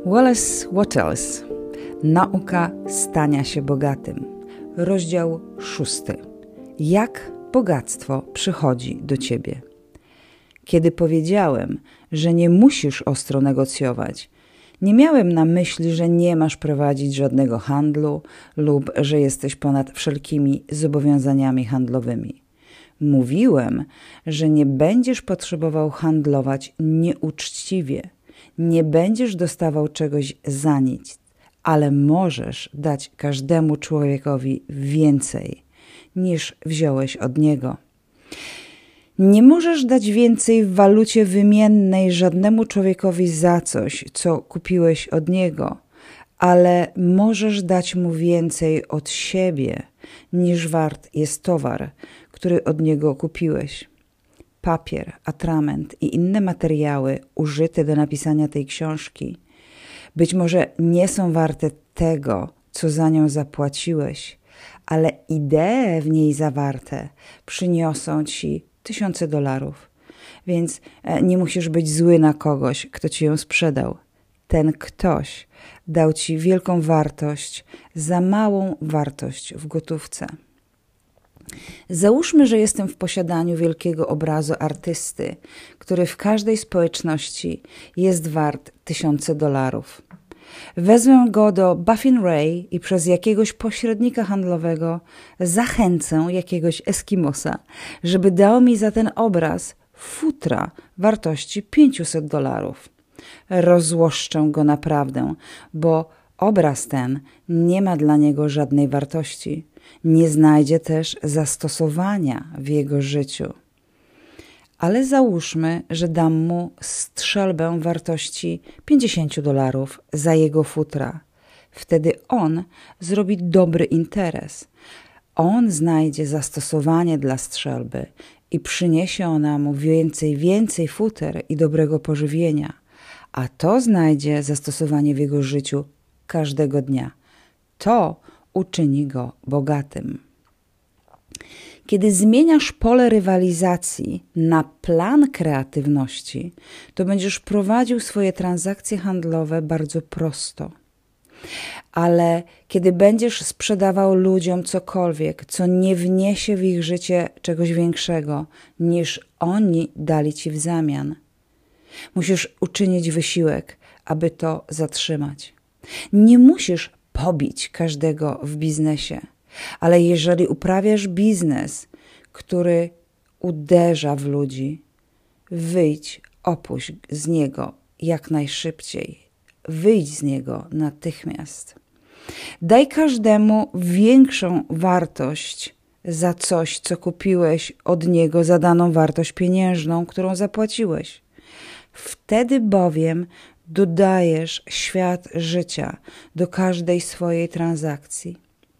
Wallace Wattles. Nauka stania się bogatym. Rozdział 6. Jak bogactwo przychodzi do ciebie? Kiedy powiedziałem, że nie musisz ostro negocjować, nie miałem na myśli, że nie masz prowadzić żadnego handlu lub że jesteś ponad wszelkimi zobowiązaniami handlowymi. Mówiłem, że nie będziesz potrzebował handlować nieuczciwie, nie będziesz dostawał czegoś za nic, ale możesz dać każdemu człowiekowi więcej, niż wziąłeś od niego. Nie możesz dać więcej w walucie wymiennej żadnemu człowiekowi za coś, co kupiłeś od niego, ale możesz dać mu więcej od siebie, niż wart jest towar, który od niego kupiłeś. Papier, atrament i inne materiały użyte do napisania tej książki być może nie są warte tego, co za nią zapłaciłeś, ale idee w niej zawarte przyniosą ci $1000, więc nie musisz być zły na kogoś, kto ci ją sprzedał. Ten ktoś dał ci wielką wartość za małą wartość w gotówce. Załóżmy, że jestem w posiadaniu wielkiego obrazu artysty, który w każdej społeczności jest wart $1000. Wezmę go do Baffin Ray i przez jakiegoś pośrednika handlowego zachęcę jakiegoś Eskimosa, żeby dał mi za ten obraz futra wartości $500. Rozłoszczę go naprawdę, bo obraz ten nie ma dla niego żadnej wartości. Nie znajdzie też zastosowania w jego życiu. Ale załóżmy, że dam mu strzelbę wartości $50 za jego futra. Wtedy on zrobi dobry interes. On znajdzie zastosowanie dla strzelby i przyniesie ona mu więcej futer i dobrego pożywienia. A to znajdzie zastosowanie w jego życiu każdego dnia. To uczyni go bogatym. Kiedy zmieniasz pole rywalizacji na plan kreatywności, to będziesz prowadził swoje transakcje handlowe bardzo prosto. Ale kiedy będziesz sprzedawał ludziom cokolwiek, co nie wniesie w ich życie czegoś większego, niż oni dali ci w zamian, musisz uczynić wysiłek, aby to zatrzymać. Nie musisz pobić każdego w biznesie, ale jeżeli uprawiasz biznes, który uderza w ludzi, wyjdź, opuść z niego jak najszybciej. Wyjdź z niego natychmiast. Daj każdemu większą wartość za coś, co kupiłeś od niego za daną wartość pieniężną, którą zapłaciłeś. Wtedy bowiem dodajesz świat życia do każdej swojej transakcji.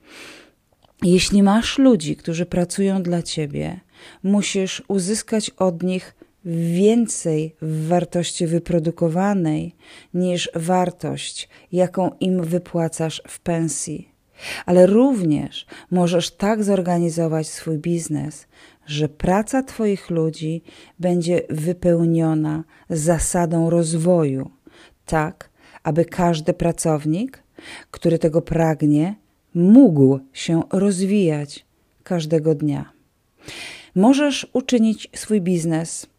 Jeśli masz ludzi, którzy pracują dla ciebie, musisz uzyskać od nich więcej w wartości wyprodukowanej niż wartość, jaką im wypłacasz w pensji. Ale również możesz tak zorganizować swój biznes, że praca twoich ludzi będzie wypełniona zasadą rozwoju, tak aby każdy pracownik, który tego pragnie, mógł się rozwijać każdego dnia. Możesz uczynić swój biznes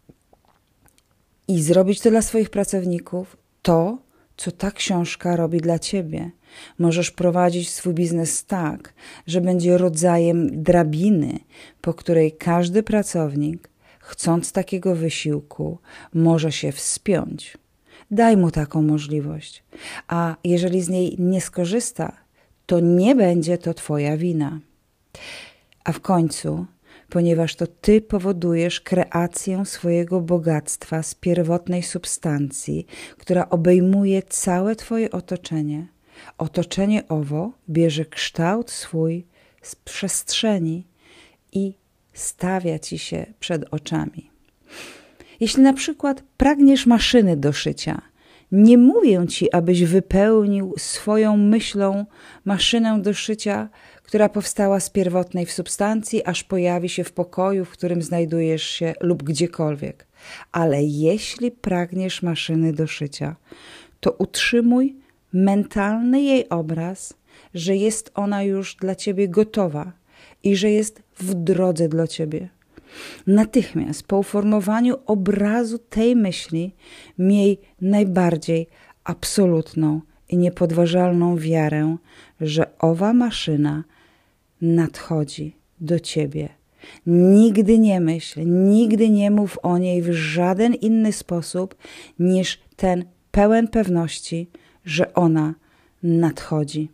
i zrobić to dla swoich pracowników, to, co ta książka robi dla ciebie. Możesz prowadzić swój biznes tak, że będzie rodzajem drabiny, po której każdy pracownik, chcąc takiego wysiłku, może się wspiąć. Daj mu taką możliwość, a jeżeli z niej nie skorzysta, to nie będzie to twoja wina. A w końcu, ponieważ to ty powodujesz kreację swojego bogactwa z pierwotnej substancji, która obejmuje całe twoje otoczenie, otoczenie owo bierze kształt swój z przestrzeni i stawia ci się przed oczami. Jeśli na przykład pragniesz maszyny do szycia, nie mówię ci, abyś wypełnił swoją myślą maszynę do szycia, która powstała z pierwotnej w substancji, aż pojawi się w pokoju, w którym znajdujesz się lub gdziekolwiek. Ale jeśli pragniesz maszyny do szycia, to utrzymuj mentalny jej obraz, że jest ona już dla ciebie gotowa i że jest w drodze dla ciebie. Natychmiast po uformowaniu obrazu tej myśli miej najbardziej absolutną i niepodważalną wiarę, że owa maszyna nadchodzi do ciebie. Nigdy nie myśl, nigdy nie mów o niej w żaden inny sposób niż ten pełen pewności, że ona nadchodzi.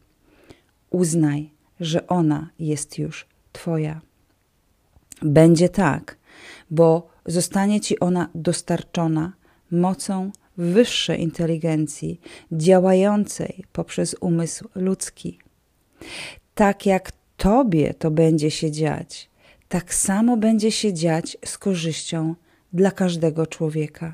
Uznaj, że ona jest już twoja. Będzie tak, bo zostanie ci ona dostarczona mocą wyższej inteligencji działającej poprzez umysł ludzki. Tak jak tobie to będzie się dziać, tak samo będzie się dziać z korzyścią dla każdego człowieka.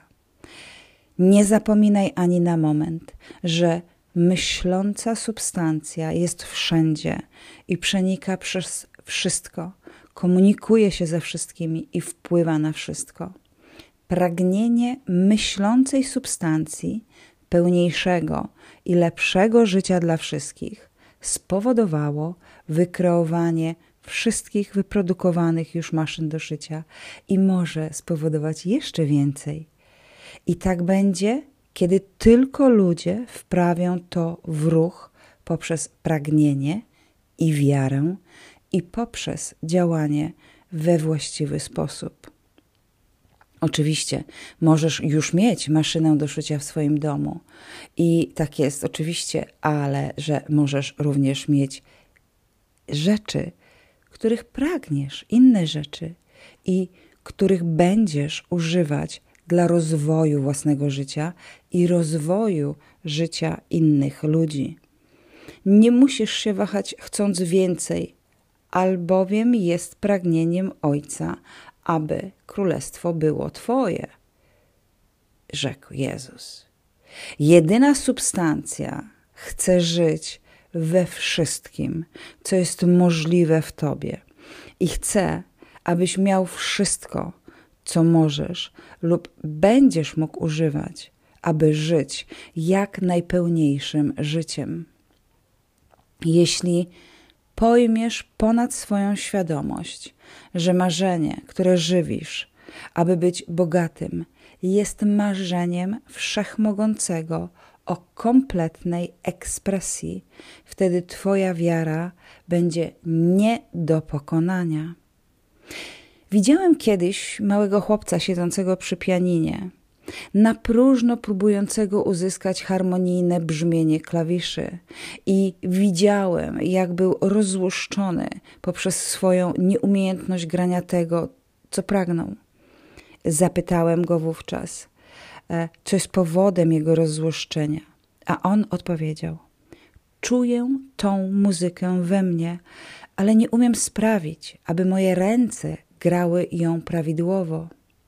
Nie zapominaj ani na moment, że myśląca substancja jest wszędzie i przenika przez wszystko, komunikuje się ze wszystkimi i wpływa na wszystko. Pragnienie myślącej substancji, pełniejszego i lepszego życia dla wszystkich spowodowało wykreowanie wszystkich wyprodukowanych już maszyn do szycia i może spowodować jeszcze więcej. I tak będzie, kiedy tylko ludzie wprawią to w ruch poprzez pragnienie i wiarę i poprzez działanie we właściwy sposób. Oczywiście możesz już mieć maszynę do szycia w swoim domu i tak jest oczywiście, ale że możesz również mieć rzeczy, których pragniesz, inne rzeczy i których będziesz używać dla rozwoju własnego życia i rozwoju życia innych ludzi. Nie musisz się wahać chcąc więcej, albowiem jest pragnieniem Ojca, aby królestwo było Twoje, rzekł Jezus. Jedyna substancja chce żyć we wszystkim, co jest możliwe w Tobie i chce, abyś miał wszystko, co możesz lub będziesz mógł używać, aby żyć jak najpełniejszym życiem. Jeśli pojmiesz ponad swoją świadomość, że marzenie, które żywisz, aby być bogatym, jest marzeniem wszechmogącego o kompletnej ekspresji, wtedy twoja wiara będzie nie do pokonania. Widziałem kiedyś małego chłopca siedzącego przy pianinie, na próżno próbującego uzyskać harmonijne brzmienie klawiszy i widziałem, jak był rozłuszczony poprzez swoją nieumiejętność grania tego, co pragnął. Zapytałem go wówczas, co jest powodem jego rozłuszczenia, a on odpowiedział: czuję tą muzykę we mnie, ale nie umiem sprawić, aby moje ręce grały ją prawidłowo.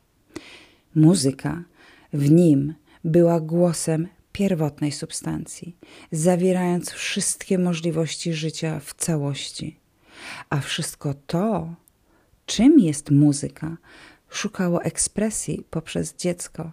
Muzyka w nim była głosem pierwotnej substancji, zawierając wszystkie możliwości życia w całości. A wszystko to, czym jest muzyka, szukało ekspresji poprzez dziecko.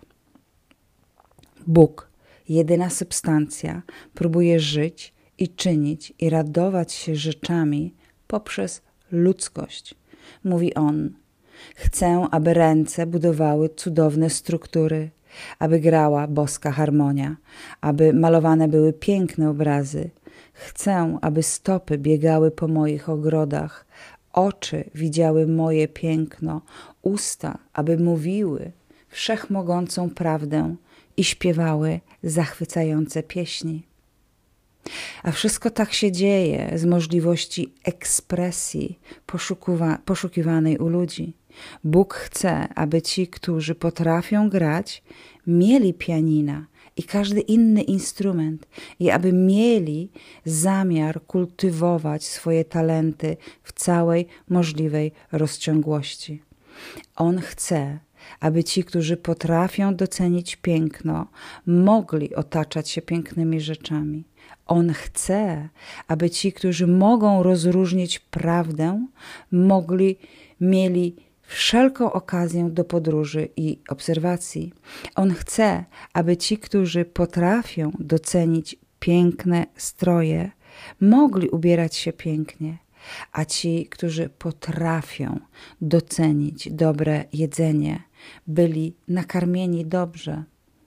Bóg, jedyna substancja, próbuje żyć i czynić i radować się rzeczami poprzez ludzkość. Mówi On: chcę, aby ręce budowały cudowne struktury, aby grała boska harmonia, aby malowane były piękne obrazy. Chcę, aby stopy biegały po moich ogrodach, oczy widziały moje piękno, usta, aby mówiły wszechmogącą prawdę i śpiewały zachwycające pieśni. A wszystko tak się dzieje z możliwości ekspresji poszukiwanej u ludzi. Bóg chce, aby ci, którzy potrafią grać, mieli pianina i każdy inny instrument i aby mieli zamiar kultywować swoje talenty w całej możliwej rozciągłości. On chce, aby ci, którzy potrafią docenić piękno, mogli otaczać się pięknymi rzeczami. On chce, aby ci, którzy mogą rozróżnić prawdę, mieli wszelką okazję do podróży i obserwacji. On chce, aby ci, którzy potrafią docenić piękne stroje, mogli ubierać się pięknie, a ci, którzy potrafią docenić dobre jedzenie, byli nakarmieni dobrze.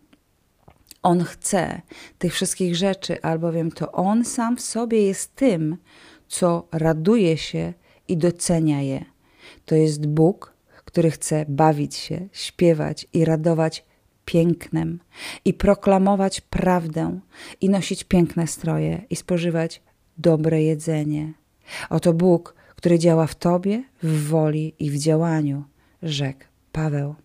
On chce tych wszystkich rzeczy, albowiem to On sam w sobie jest tym, co raduje się i docenia je. To jest Bóg, który chce bawić się, śpiewać i radować pięknem i proklamować prawdę i nosić piękne stroje i spożywać dobre jedzenie. Oto Bóg, który działa w tobie, w woli i w działaniu, rzekł Paweł.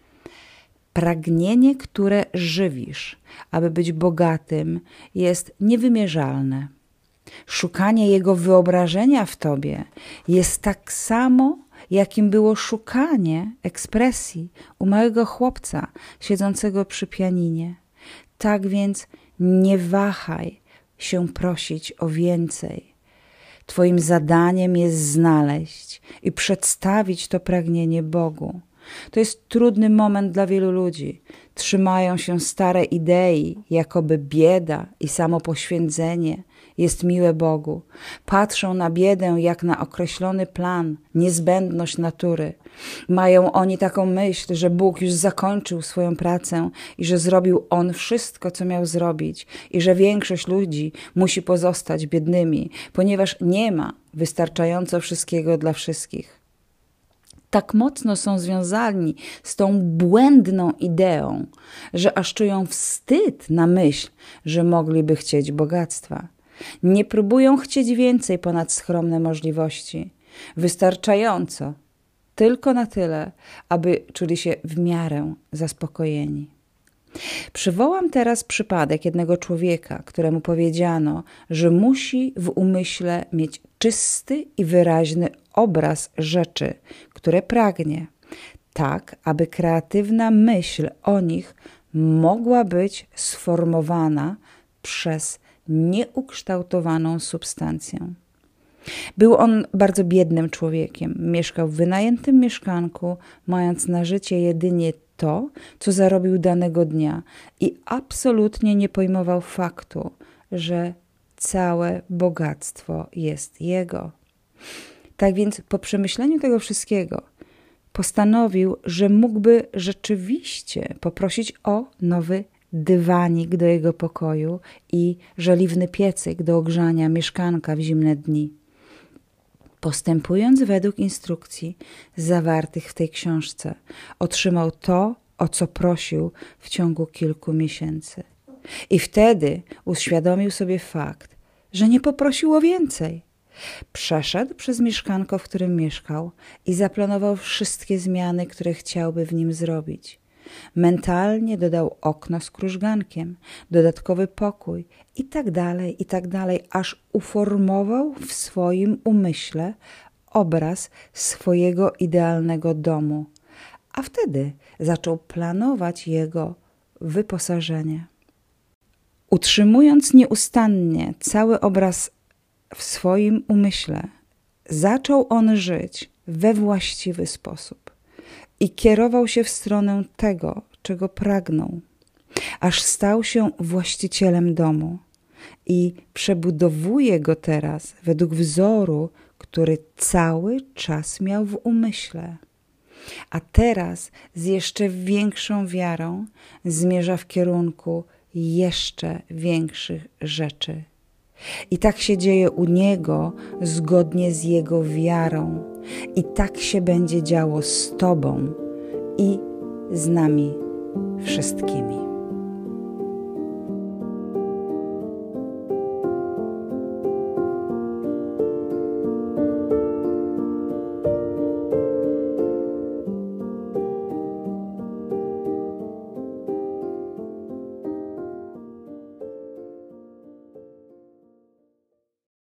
Pragnienie, które żywisz, aby być bogatym, jest niewymierzalne. Szukanie Jego wyobrażenia w tobie jest tak samo, jakim było szukanie ekspresji u małego chłopca siedzącego przy pianinie. Tak więc nie wahaj się prosić o więcej. Twoim zadaniem jest znaleźć i przedstawić to pragnienie Bogu. To jest trudny moment dla wielu ludzi. Trzymają się stare idei, jakoby bieda i samopoświęcenie jest miłe Bogu. Patrzą na biedę jak na określony plan, niezbędność natury. Mają oni taką myśl, że Bóg już zakończył swoją pracę i że zrobił On wszystko, co miał zrobić i że większość ludzi musi pozostać biednymi, ponieważ nie ma wystarczająco wszystkiego dla wszystkich. Tak mocno są związani z tą błędną ideą, że aż czują wstyd na myśl, że mogliby chcieć bogactwa. Nie próbują chcieć więcej ponad skromne możliwości. Wystarczająco, tylko na tyle, aby czuli się w miarę zaspokojeni. Przywołam teraz przypadek jednego człowieka, któremu powiedziano, że musi w umyśle mieć czysty i wyraźny obraz rzeczy, które pragnie, tak aby kreatywna myśl o nich mogła być sformowana przez nieukształtowaną substancję. Był on bardzo biednym człowiekiem. Mieszkał w wynajętym mieszkanku, mając na życie jedynie to, co zarobił danego dnia i absolutnie nie pojmował faktu, że całe bogactwo jest jego. Tak więc po przemyśleniu tego wszystkiego postanowił, że mógłby rzeczywiście poprosić o nowy dywanik do jego pokoju i żeliwny piecyk do ogrzania mieszkanka w zimne dni. Postępując według instrukcji zawartych w tej książce, otrzymał to, o co prosił w ciągu kilku miesięcy. I wtedy uświadomił sobie fakt, że nie poprosił o więcej. Przeszedł przez mieszkanko, w którym mieszkał i zaplanował wszystkie zmiany, które chciałby w nim zrobić. Mentalnie dodał okno z krużgankiem, dodatkowy pokój i tak dalej, aż uformował w swoim umyśle obraz swojego idealnego domu, a wtedy zaczął planować jego wyposażenie. Utrzymując nieustannie cały obraz w swoim umyśle, zaczął on żyć we właściwy sposób i kierował się w stronę tego, czego pragnął, aż stał się właścicielem domu i przebudowuje go teraz według wzoru, który cały czas miał w umyśle. A teraz z jeszcze większą wiarą zmierza w kierunku jeszcze większych rzeczy. I tak się dzieje u niego zgodnie z jego wiarą. I tak się będzie działo z tobą i z nami wszystkimi.